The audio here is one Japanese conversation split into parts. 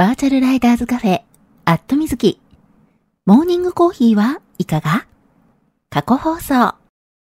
バーチャルライダーズカフェ、アットみずき。モーニングコーヒーはいかが？過去放送。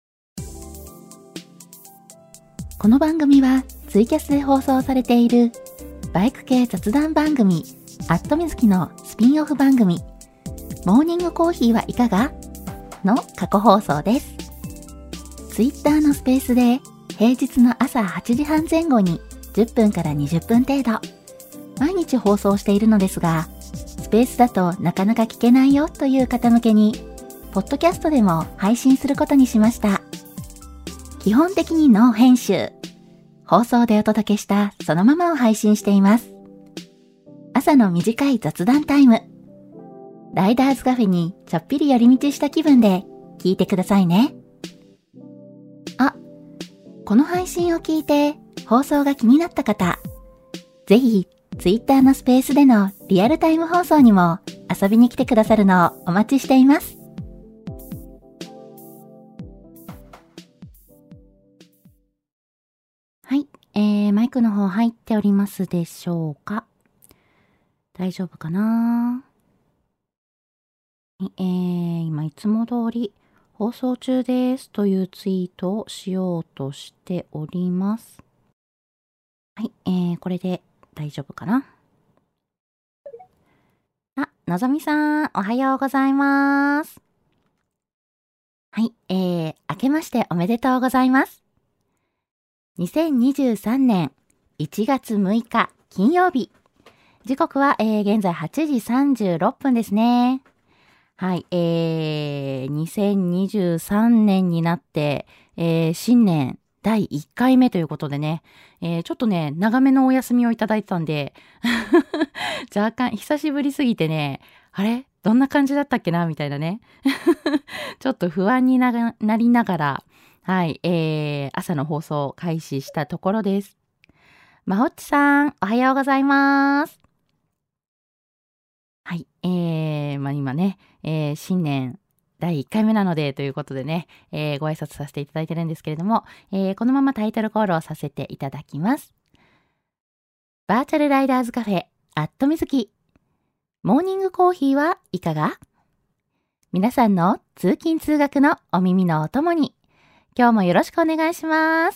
この番組はツイキャスで放送されているバイク系雑談番組、アットみずきのスピンオフ番組、モーニングコーヒーはいかが？の過去放送です。ツイッターのスペースで平日の朝8時半前後に10分から20分程度、毎日放送しているのですが、スペースだとなかなか聞けないよという方向けに、ポッドキャストでも配信することにしました。基本的にノー編集。放送でお届けしたそのままを配信しています。朝の短い雑談タイム。ライダーズカフェにちょっぴり寄り道した気分で聞いてくださいね。あ、この配信を聞いて放送が気になった方、ぜひツイッターのスペースでのリアルタイム放送にも遊びに来てくださるのをお待ちしています。はい、マイクの方入っておりますでしょうか？大丈夫かな？今いつも通り放送中ですというツイートをしようとしております。はい、これで大丈夫かな？あ、のぞみさん、おはようございます。はい、明けましておめでとうございます。2023年1月6日金曜日。時刻は、現在8時36分ですね。はい、2023年になって、新年第1回目ということでね、ちょっとね、長めのお休みをいただいてたんで、若干久しぶりすぎてね、あれどんな感じだったっけなみたいなね。ちょっと不安になりながら、はい、朝の放送を開始したところです。まほっちさん、おはようございます。はい、今ね、新年第1回目なのでということでね、ご挨拶させていただいてるんですけれども、このままタイトルコールをさせていただきます。バーチャルライダーズカフェ、アットみずき。モーニングコーヒーはいかが？皆さんの通勤通学のお耳のお供に、今日もよろしくお願いします。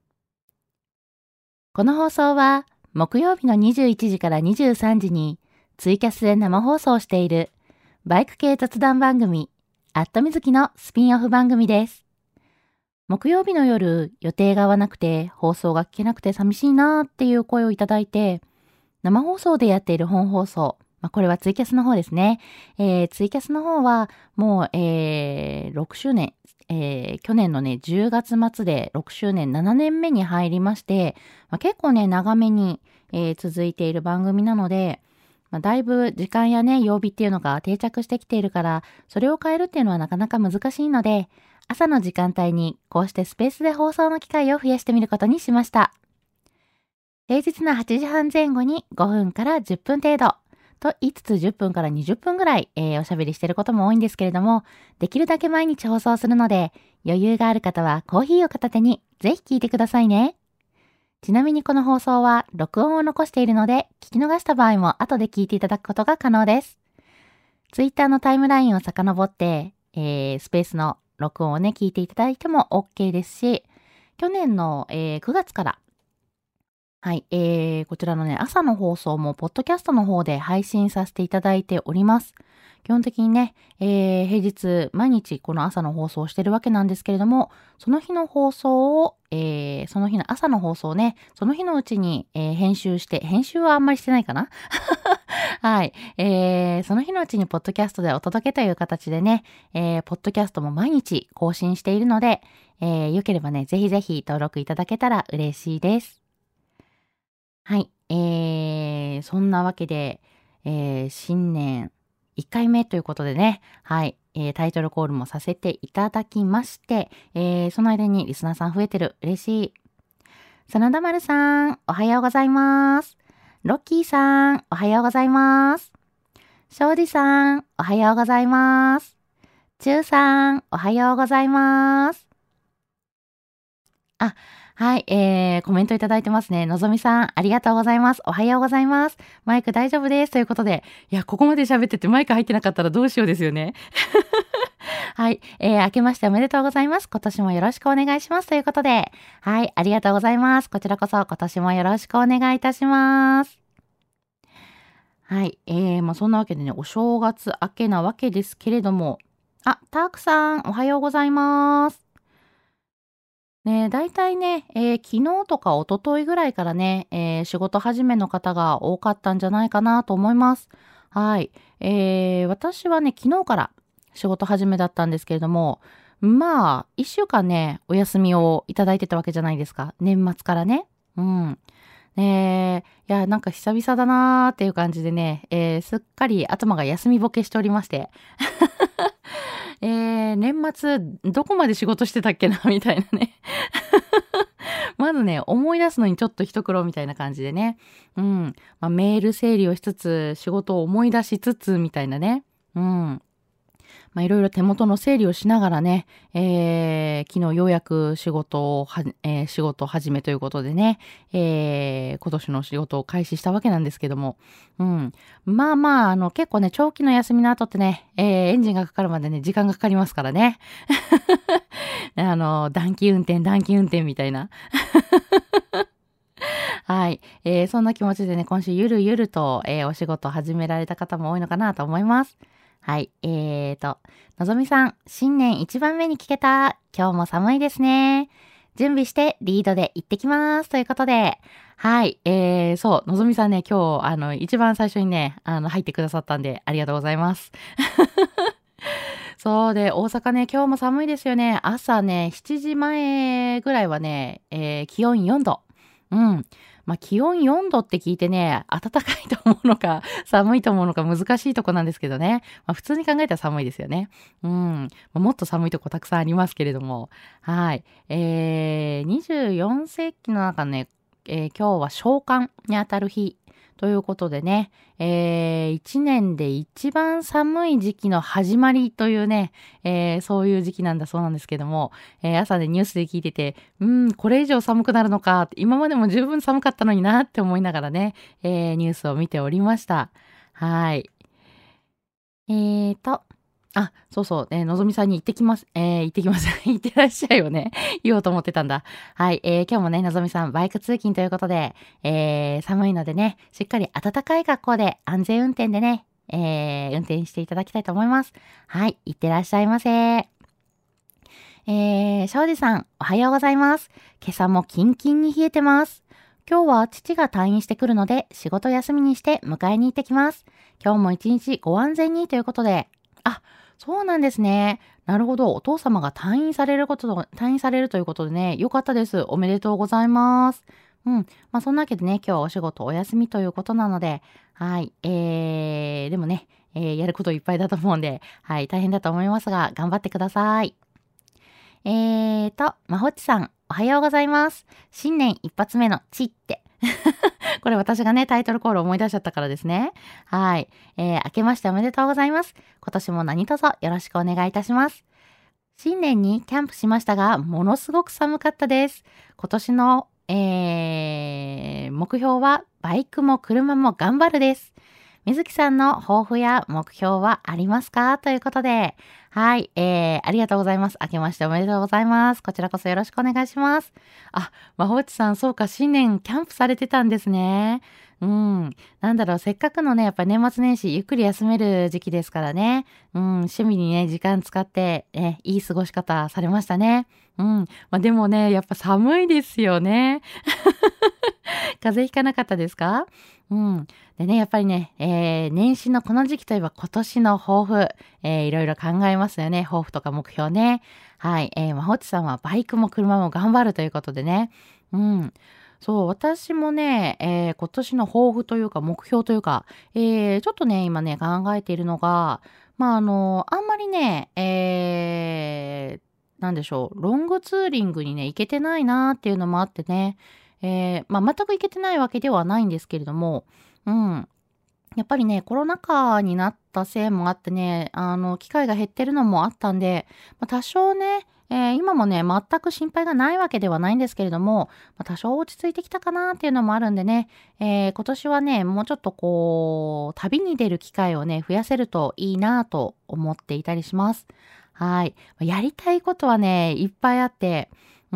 この放送は木曜日の21時から23時にツイキャスで生放送しているバイク系雑談番組アットみずきのスピンオフ番組です。木曜日の夜予定が合わなくて放送が聞けなくて寂しいなーっていう声をいただいて、生放送でやっている本放送、これはツイキャスの方ですね。ツイキャスの方はもう、6周年、去年のね10月末で6周年7年目に入りまして、結構ね長めに、続いている番組なので、だいぶ時間やね曜日っていうのが定着してきているから、それを変えるっていうのはなかなか難しいので、朝の時間帯にこうしてスペースで放送の機会を増やしてみることにしました。平日の8時半前後に5分から10分程度と言いつつ10分から20分ぐらい、おしゃべりしてることも多いんですけれども、できるだけ毎日放送するので、余裕がある方はコーヒーを片手にぜひ聞いてくださいね。ちなみにこの放送は録音を残しているので、聞き逃した場合も後で聞いていただくことが可能です。ツイッターのタイムラインを遡って、スペースの録音をね、聞いていただいても OK ですし、去年の、9月から、はい、こちらのね、朝の放送もポッドキャストの方で配信させていただいております。基本的にね、平日毎日この朝の放送をしてるわけなんですけれども、その日の放送を、その日の朝の放送をね、その日のうちに、編集はあんまりしてないかなはい、その日のうちにポッドキャストでお届けという形でね、ポッドキャストも毎日更新しているので、よければね、ぜひぜひ登録いただけたら嬉しいです。はい、そんなわけで、新年1回目ということでね、はい、タイトルコールもさせていただきまして、その間にリスナーさん増えてる。嬉しい。真田丸さん、おはようございます。ロッキーさん、おはようございます。庄司さん、おはようございます。チューさん、おはようございます。あ、 はい、コメントいただいてますね。のぞみさん、ありがとうございます。おはようございます。マイク大丈夫です。ということで、いや、ここまで喋っててマイク入ってなかったらどうしようですよね。はい、明けましておめでとうございます。今年もよろしくお願いします。ということで、はい、ありがとうございます。こちらこそ今年もよろしくお願いいたします。はい、そんなわけでね、お正月明けなわけですけれども、タークさん、おはようございます。ね、大体ね、昨日とか一昨日ぐらいからね、仕事始めの方が多かったんじゃないかなと思います。はい。私はね、昨日から仕事始めだったんですけれども、まあ、一週間ね、お休みをいただいてたわけじゃないですか。年末からね。うん。いや、なんか久々だなーっていう感じでね、すっかり頭が休みぼけしておりまして。年末、どこまで仕事してたっけなみたいなね。まずね、思い出すのにちょっと一苦労みたいな感じでね。うん。メール整理をしつつ、仕事を思い出しつつ、みたいなね。うん。いろいろ手元の整理をしながらね、昨日ようやく仕事始めということでね、今年の仕事を開始したわけなんですけども、うん。結構ね、長期の休みの後ってね、エンジンがかかるまでね、時間がかかりますからね。短期運転みたいな。はい。そんな気持ちでね、今週ゆるゆると、お仕事を始められた方も多いのかなと思います。はい。のぞみさん、新年一番目に聞けた。今日も寒いですね。準備してリードで行ってきます。ということで、はい。そう、のぞみさんね、今日、一番最初にね、入ってくださったんで、ありがとうございます。そうで、大阪ね、今日も寒いですよね。朝ね、7時前ぐらいはね、気温4度。うん。気温4度って聞いてね、暖かいと思うのか、寒いと思うのか難しいとこなんですけどね。普通に考えたら寒いですよね。うん。もっと寒いとこたくさんありますけれども。はい。24世紀の中ね、今日は小寒にあたる日ということでね、1年で一番寒い時期の始まりというね、そういう時期なんだそうなんですけども、朝でニュースで聞いてて、これ以上寒くなるのか、今までも十分寒かったのになって思いながらね、ニュースを見ておりました。はい。えーと、そうそう、のぞみさんに行ってきます。行ってきます。行ってらっしゃいよね。言おうと思ってたんだ。はい、今日もね、のぞみさん、バイク通勤ということで、寒いのでね、しっかり暖かい格好で安全運転でね、運転していただきたいと思います。はい、行ってらっしゃいませ。庄司さん、おはようございます。今朝もキンキンに冷えてます。今日は父が退院してくるので、仕事休みにして迎えに行ってきます。今日も一日ご安全にということで、そうなんですね。なるほど。お父様が退院されるということでね、よかったです。おめでとうございます。うん。そんなわけでね、今日はお仕事お休みということなので、はい。でもね、やることいっぱいだと思うんで、はい、大変だと思いますが、頑張ってください。まほっちさん、おはようございます。新年一発目のチって。これ私がね、タイトルコールを思い出しちゃったからですね。はい。明けましておめでとうございます。今年も何卒よろしくお願いいたします。新年にキャンプしましたが、ものすごく寒かったです。今年の、目標は、バイクも車も頑張るです。水木さんの抱負や目標はありますかということで、はい、ありがとうございます。明けましておめでとうございます。こちらこそよろしくお願いします。まほっちさん、そうか、新年キャンプされてたんですね。うん。なんだろう、せっかくのね、やっぱ年末年始、ゆっくり休める時期ですからね。趣味にね、時間使って、いい過ごし方されましたね。でもね、やっぱ寒いですよね。風邪ひかなかったですか？でね、やっぱりね、年始のこの時期といえば今年の抱負、いろいろ考えますよね。抱負とか目標ね。はい。まほっちさんはバイクも車も頑張るということでね。そう、私もね、今年の抱負というか目標というか、ちょっとね、今ね、考えているのが、あんまりね、なんでしょう、ロングツーリングにね、行けてないなっていうのもあってね、全く行けてないわけではないんですけれども、うん。やっぱりね、コロナ禍になったせいもあってね、機会が減ってるのもあったんで、多少ね、 今もね、全く心配がないわけではないんですけれども、多少落ち着いてきたかなっていうのもあるんでね、今年はね、もうちょっと旅に出る機会をね、増やせるといいなと思っていたりします。はい。やりたいことはね、いっぱいあって、うん。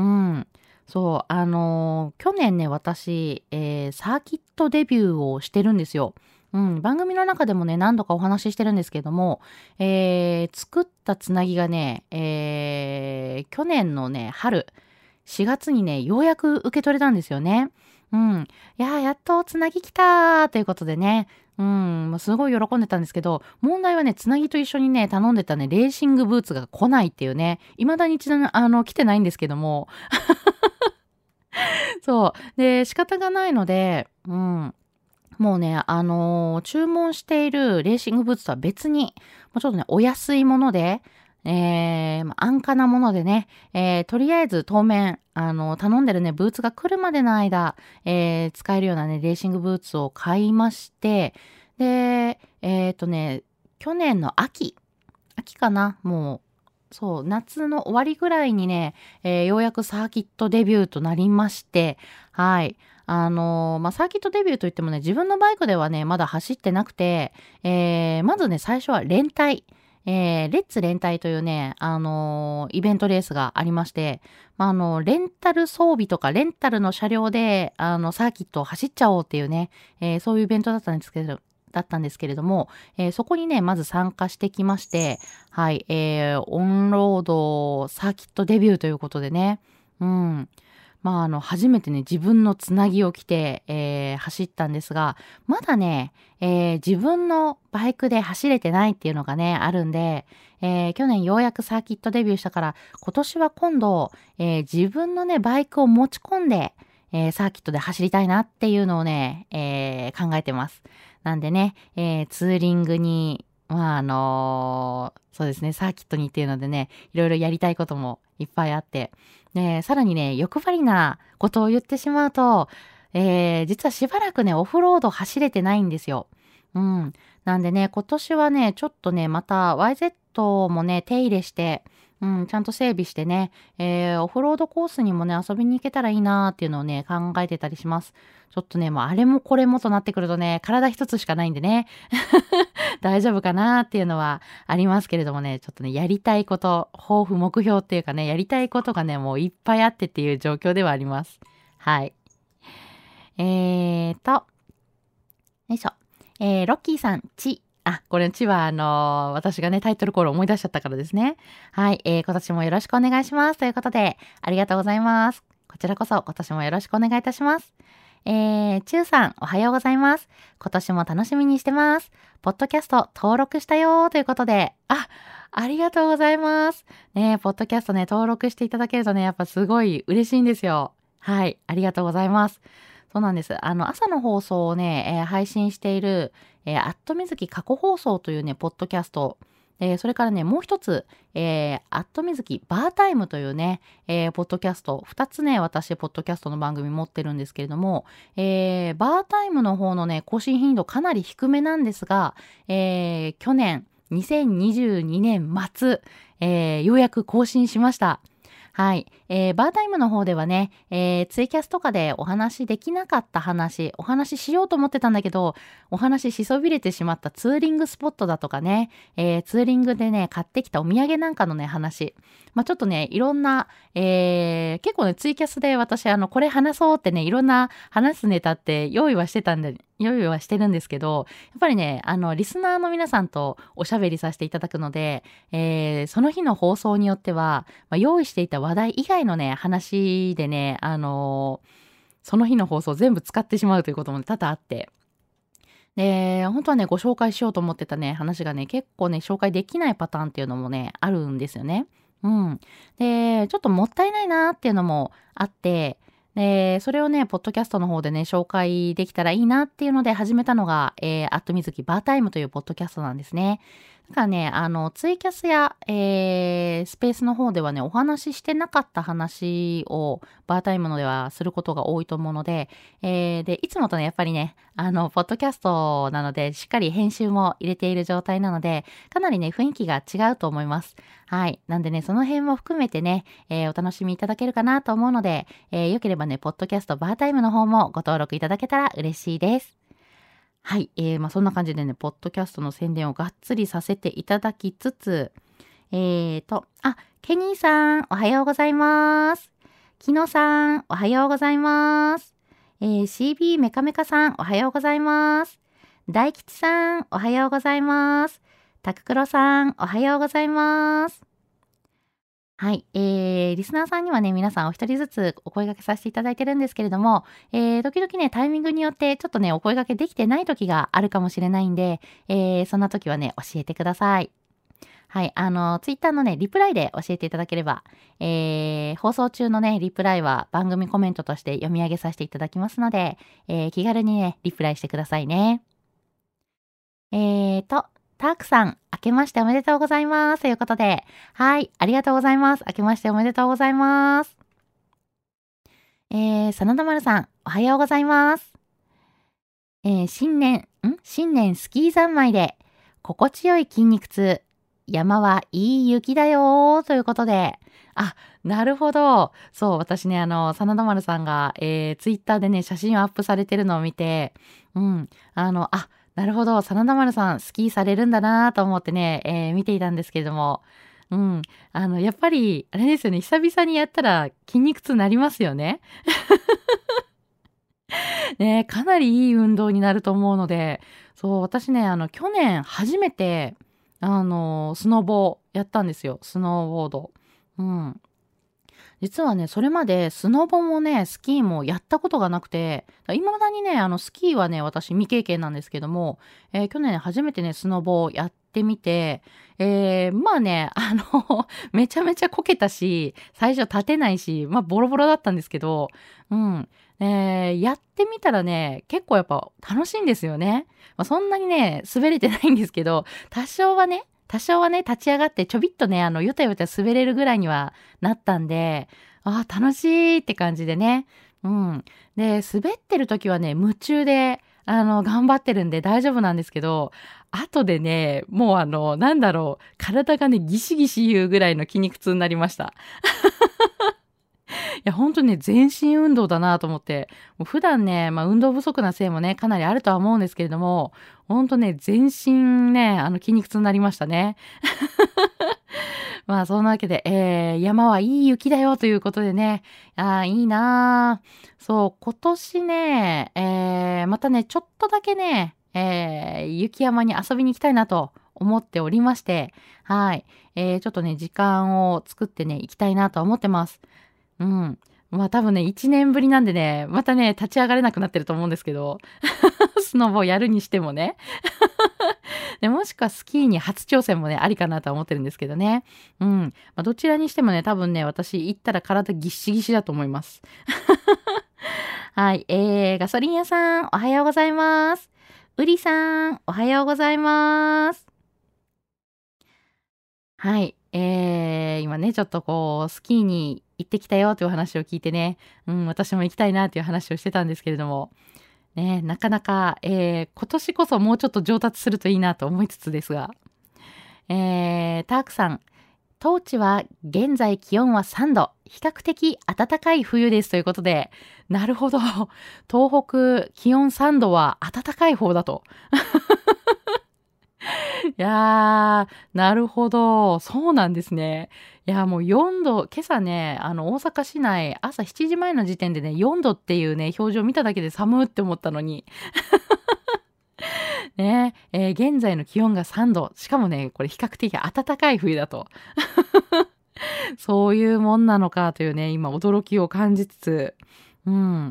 そう、去年ね、私、サーキットデビューをしてるんですよ。番組の中でもね、何度かお話ししてるんですけれども、作ったつなぎがね、去年のね、春、4月にね、ようやく受け取れたんですよね。やっとつなぎ来たーということでね、もうすごい喜んでたんですけど、問題はね、つなぎと一緒にね、頼んでたね、レーシングブーツが来ないっていうね、未だに一度ね、来てないんですけども、そう。で、仕方がないので、もうね、注文しているレーシングブーツとは別に、もうちょっとね、お安いもので、安価なものでね、とりあえず当面、頼んでるね、ブーツが来るまでの間、使えるようなね、レーシングブーツを買いまして、で、去年の秋かな、もう、そう、夏の終わりぐらいにね、ようやくサーキットデビューとなりまして、はい。サーキットデビューといってもね、自分のバイクではね、まだ走ってなくて、まずね、最初は連帯。レッツ連帯というね、イベントレースがありまして、レンタル装備とかレンタルの車両で、サーキットを走っちゃおうっていうね、そういうイベントだったんですけれども、そこにね、まず参加してきまして、はい、オンロードサーキットデビューということでね、初めてね、自分のつなぎを着て、走ったんですが、まだね、自分のバイクで走れてないっていうのがね、あるんで、去年ようやくサーキットデビューしたから、今年は今度、自分のね、バイクを持ち込んで、サーキットで走りたいなっていうのをね、考えてます。なんでね、ツーリングに、そうですね、サーキットにっていうのでね、いろいろやりたいこともいっぱいあって、で、さらにね、欲張りなことを言ってしまうと、実はしばらくね、オフロード走れてないんですよ。なんでね、今年はね、ちょっとね、また YZ もね、手入れして、ちゃんと整備してね、オフロードコースにもね、遊びに行けたらいいなーっていうのをね、考えてたりします。ちょっとね、もうあれもこれもとなってくるとね、体一つしかないんでね、大丈夫かなーっていうのはありますけれどもね、ちょっとね、やりたいこと、抱負目標っていうかね、やりたいことがね、もういっぱいあってっていう状況ではあります。はい。よいしょ。ロッキーさん、これ、は、私がね、タイトルコールを思い出しちゃったからですね。はい。今年もよろしくお願いします。ということで、ありがとうございます。こちらこそ、今年もよろしくお願いいたします。チューさん、おはようございます。今年も楽しみにしてます。ポッドキャスト登録したよーということで、ありがとうございます。ね、ポッドキャストね、登録していただけるとね、やっぱすごい嬉しいんですよ。はい。ありがとうございます。そうなんです。朝の放送をね、配信している、アットみずき過去放送というね、ポッドキャスト、それからね、もう一つ、アットみずきバータイムというね、ポッドキャスト、二つね、私、ポッドキャストの番組持ってるんですけれども、バータイムの方のね、更新頻度かなり低めなんですが、去年、2022年末、ようやく更新しました。はい。バータイムの方ではね、ツイキャスとかでお話できなかったお話しようと思ってたんだけど、お話しそびれてしまったツーリングスポットだとかね、ツーリングでね、買ってきたお土産なんかのね、話。ちょっとね、いろんな、結構ね、ツイキャスで私、これ話そうってね、いろんな話すネタって用意はしてるんですけど、やっぱりね、リスナーの皆さんとおしゃべりさせていただくので、その日の放送によっては、用意していた話題以外のね、話でね、その日の放送全部使ってしまうということも多々あって。で、本当はね、ご紹介しようと思ってたね、話がね、結構ね、紹介できないパターンっていうのもね、あるんですよね。で、ちょっともったいないなっていうのもあって、で、それをね、ポッドキャストの方でね、紹介できたらいいなっていうので始めたのが、アットみずきバータイムというポッドキャストなんですね。 だからね、ツイキャスや、スペースの方ではね、お話ししてなかった話をバータイムのではすることが多いと思うので、で、いつもとね、やっぱりね、ポッドキャストなので、しっかり編集も入れている状態なので、かなりね、雰囲気が違うと思います。はい。なんでね、その辺も含めてね、お楽しみいただけるかなと思うので、よければね、ポッドキャストバータイムの方もご登録いただけたら嬉しいです。はい。そんな感じでね、ポッドキャストの宣伝をがっつりさせていただきつつ、ケニーさん、おはようございます。キノさん、おはようございます。CB メカメカさん、おはようございます。大吉さん、おはようございます。タククロさん、おはようございます。はい。リスナーさんにはね、皆さんお一人ずつお声掛けさせていただいてるんですけれども、時々ね、タイミングによってちょっとね、お声掛けできてない時があるかもしれないんで、そんな時はね、教えてください。はい。ツイッターのね、リプライで教えていただければ、放送中のね、リプライは番組コメントとして読み上げさせていただきますので、気軽にね、リプライしてくださいね。タークさん、明けましておめでとうございます。ということで、はい、ありがとうございます。明けましておめでとうございます。真田丸さん、おはようございます。新年スキー三昧で、心地よい筋肉痛、山はいい雪だよー、ということで、あ、なるほど。そう、私ね、真田丸さんが、ツイッターでね、写真をアップされてるのを見て、なるほど、真田丸さん、スキーされるんだなと思ってね、見ていたんですけれども、うん、やっぱり、あれですよね、久々にやったら筋肉痛になりますよね。ね、かなりいい運動になると思うので、そう、私ね、去年初めて、スノボやったんですよ。スノーボード。うん。実はね、それまでスノボもね、スキーもやったことがなくて、未だにね、スキーはね、私未経験なんですけども、去年初めてね、スノボをやってみて、まあね、めちゃめちゃこけたし、最初立てないし、まあボロボロだったんですけど、うん。やってみたらね、結構やっぱ楽しいんですよね。まあ、そんなにね、滑れてないんですけど、多少はね、立ち上がってちょびっとね、よたよた滑れるぐらいにはなったんで、ああ、楽しいって感じでね。うん。で、滑ってる時はね、夢中で、頑張ってるんで大丈夫なんですけど、後でね、もうなんだろう、体がね、ギシギシ言うぐらいの筋肉痛になりました。いや、ほんとね、全身運動だなと思って。もう普段ね、まあ、運動不足なせいもね、かなりあるとは思うんですけれども、ほんとね、全身ね、筋肉痛になりましたね。まあ、そんなわけで、山はいい雪だよということでね。ああ、いいなぁ。そう、今年ね、またね、ちょっとだけね、雪山に遊びに行きたいなと思っておりまして、はい。ちょっとね、時間を作ってね、行きたいなと思ってます。うん。まあ多分ね、1年ぶりなんでね、またね、立ち上がれなくなってると思うんですけど、スノボやるにしてもね。でもしくはスキーに初挑戦もね、ありかなとは思ってるんですけどね。うん。まあ、どちらにしてもね、多分ね、私行ったら体ぎっしぎしだと思います。はい。ガソリン屋さん、おはようございます。ウリさん、おはようございます。はい。今ね、ちょっとこう、スキーに行ってきたよという話を聞いてね、うん、私も行きたいなという話をしてたんですけれども、ね、なかなか、今年こそもうちょっと上達するといいなと思いつつですが、タークさん、当地は現在気温は3度、比較的暖かい冬ですということで、なるほど、東北気温3度は暖かい方だと。いやー、なるほど。そうなんですね。いや、もう4度、今朝ね、大阪市内、朝7時前の時点でね、4度っていうね、表示を見ただけで寒って思ったのに。ね、現在の気温が3度。しかもね、これ比較的暖かい冬だと。そういうもんなのかというね、今驚きを感じつつ。うん。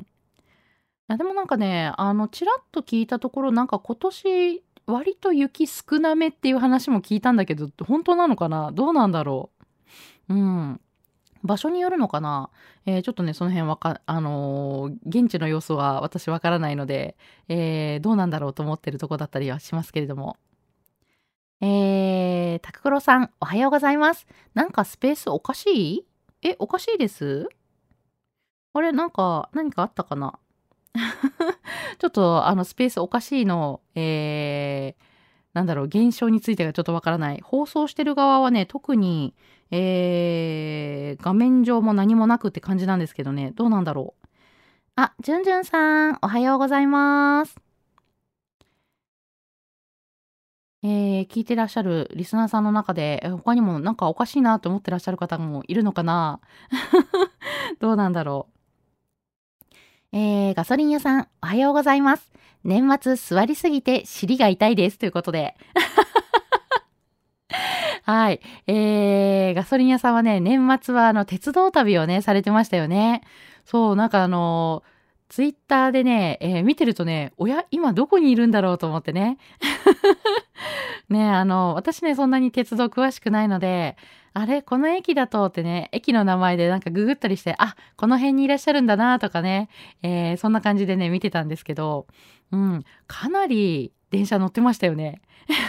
でもなんかね、ちらっと聞いたところ、なんか今年、割と雪少なめっていう話も聞いたんだけど、本当なのかな、どうなんだろう。うん。場所によるのかな。ちょっとね、その辺現地の様子は私わからないので、どうなんだろうと思ってるとこだったりはしますけれども。 タククロさん、おはようございます。なんかスペースおかしい？おかしいです？あれ、なんか、何かあったかな？ちょっと、スペースおかしいの、なんだろう、現象についてがちょっとわからない。放送してる側はね、特に、画面上も何もなくって感じなんですけどね、どうなんだろう。あ、じゅんじゅんさん、おはようございます。聞いてらっしゃるリスナーさんの中で、他にもなんかおかしいなと思ってらっしゃる方もいるのかな？どうなんだろう。ガソリン屋さん、おはようございます。年末座りすぎて尻が痛いです。ということで。はい。ガソリン屋さんはね、年末は鉄道旅をね、されてましたよね。そう、なんかツイッターでね、見てるとね、今どこにいるんだろうと思ってね。ね、私ね、そんなに鉄道詳しくないので、あれ、この駅だとってね、駅の名前でなんかググったりして、あ、この辺にいらっしゃるんだなとかね、そんな感じでね、見てたんですけど、うん、かなり電車乗ってましたよね。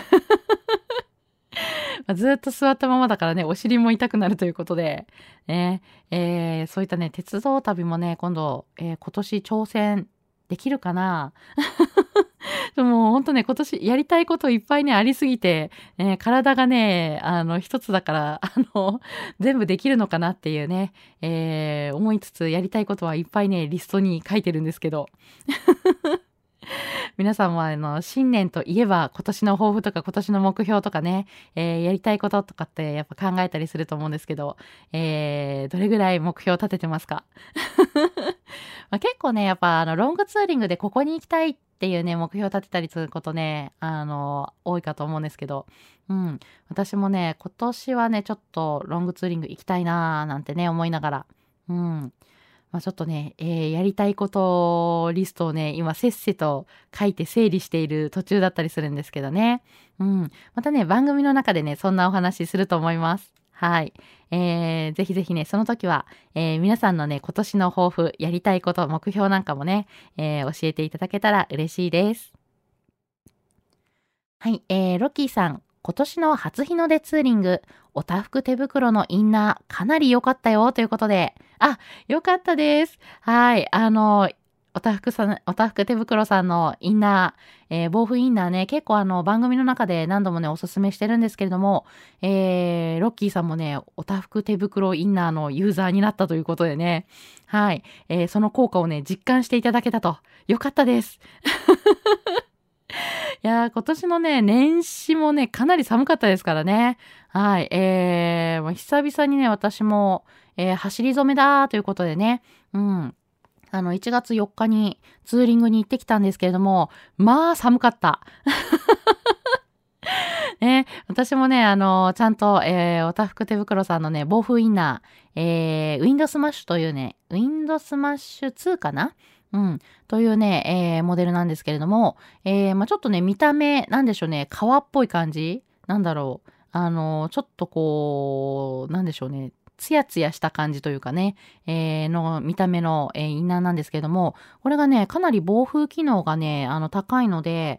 まあずっと座ったままだからね、お尻も痛くなるということで、ね、そういったね、鉄道旅もね、今度、今年挑戦できるかな？でも本当ね、今年やりたいこといっぱいね、ありすぎて、体がね、一つだから、全部できるのかなっていうね、思いつつ、やりたいことはいっぱいね、リストに書いてるんですけど。皆さんは新年といえば今年の抱負とか今年の目標とかね、やりたいこととかってやっぱ考えたりすると思うんですけど、どれぐらい目標立ててますか？まあ、結構ね、やっぱロングツーリングでここに行きたいっていうね、目標立てたりすることね、多いかと思うんですけど、うん。私もね、今年はね、ちょっとロングツーリング行きたいなーなんてね、思いながら、うん。まあ、ちょっとね、やりたいことリストをね、今せっせと書いて整理している途中だったりするんですけどね。うん。またね、番組の中でね、そんなお話すると思います。はい。ぜひぜひね、その時は、皆さんのね、今年の抱負、やりたいこと、目標なんかもね、教えていただけたら嬉しいです。はい、ロッキーさん、今年の初日の出ツーリング、おたふく手袋のインナー、かなり良かったよ、ということで。あ、良かったです。はい、おたふく手袋さんのインナー、防風インナーね、結構番組の中で何度もね、おすすめしてるんですけれども、ロッキーさんもね、おたふく手袋インナーのユーザーになったということでね、はい、その効果をね、実感していただけたと。良かったです。いやー、今年のね、年始もね、かなり寒かったですからね。はい。まあ久々にね、私も、走り初めだーということでね、うん。1月4日にツーリングに行ってきたんですけれども、まあ寒かった。ね、私もね、ちゃんと、おたふく手袋さんのね、防風インナー、ウィンドスマッシュというね、ウィンドスマッシュ2かな？うん。というね、モデルなんですけれども、まあ、ちょっとね、見た目、なんでしょうね、革っぽい感じなんだろう。ちょっとこう、なんでしょうね、ツヤツヤした感じというかね、の見た目の、インナーなんですけれども、これがね、かなり防風機能がね、高いので、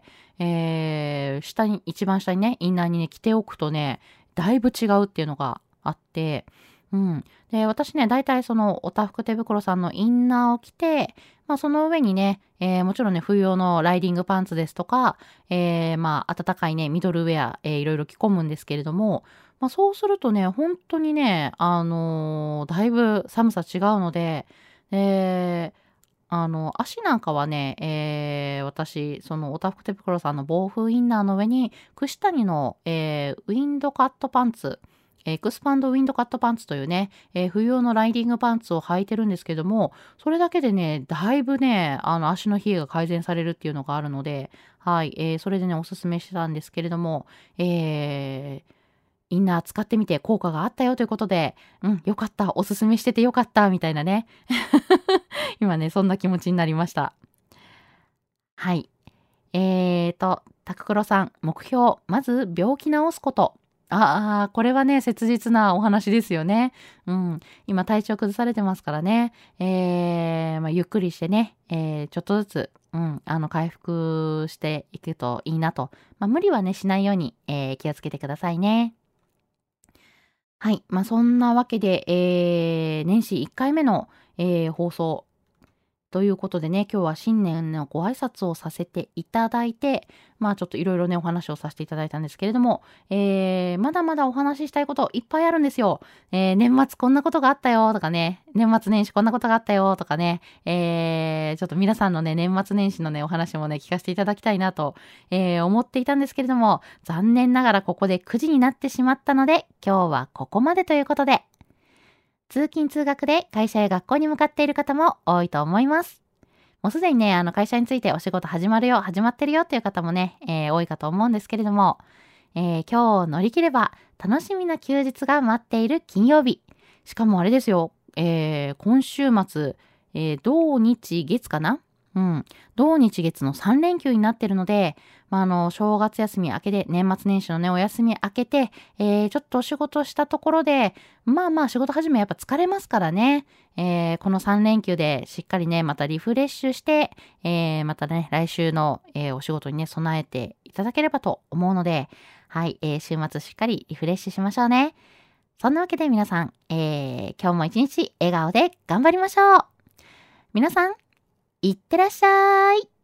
一番下にね、インナーにね、着ておくとね、だいぶ違うっていうのがあって、うん。で、私ね、大体その、おたふく手袋さんのインナーを着て、まあ、その上にね、もちろんね、冬用のライディングパンツですとか、まあ、暖かいね、ミドルウェア、いろいろ着込むんですけれども、まあ、そうするとね、本当にね、だいぶ寒さ違うので、足なんかはね、私、その、おたふく手袋さんの防風インナーの上に、串谷の、ウィンドカットパンツ、エクスパンドウィンドカットパンツというね、冬用のライディングパンツを履いてるんですけども、それだけでね、だいぶね、足の冷えが改善されるっていうのがあるので、はい、それでね、おすすめしてたんですけれども、インナー使ってみて効果があったよということで、うん、よかった、おすすめしててよかった、みたいなね。今ね、そんな気持ちになりました。はい。タククロさん、目標、まず病気治すこと。ああ、これはね、切実なお話ですよね。うん。今、体調崩されてますからね。まあ、ゆっくりしてね、ちょっとずつ、 回復していくといいなと。無理はね、しないように、気をつけてくださいね。はい。そんなわけで、年始1回目の、放送ということでね、今日は新年のご挨拶をさせていただいて、ちょっといろいろね、お話をさせていただいたんですけれども、まだまだお話ししたいこといっぱいあるんですよ。年末こんなことがあったよとかね、年末年始こんなことがあったよとかね、ちょっと皆さんのね、年末年始のね、お話もね、聞かせていただきたいなと、思っていたんですけれども、残念ながらここで9時になってしまったので、今日はここまでということで、通勤通学で会社や学校に向かっている方も多いと思います。もうすでにね、会社についてお仕事始まってるよっていう方もね、多いかと思うんですけれども、今日を乗り切れば楽しみな休日が待っている金曜日。しかもあれですよ、今週末、土日月かな土日月の3連休になってるので、正月休み明けで、年末年始のね、お休み明けて、ちょっとお仕事したところで、仕事始めやっぱ疲れますからね、この3連休でしっかりね、またリフレッシュして、またね、来週の、お仕事にね、備えていただければと思うので、はい、週末しっかりリフレッシュしましょうね。そんなわけで皆さん、今日も一日笑顔で頑張りましょう。皆さん、いってらっしゃい。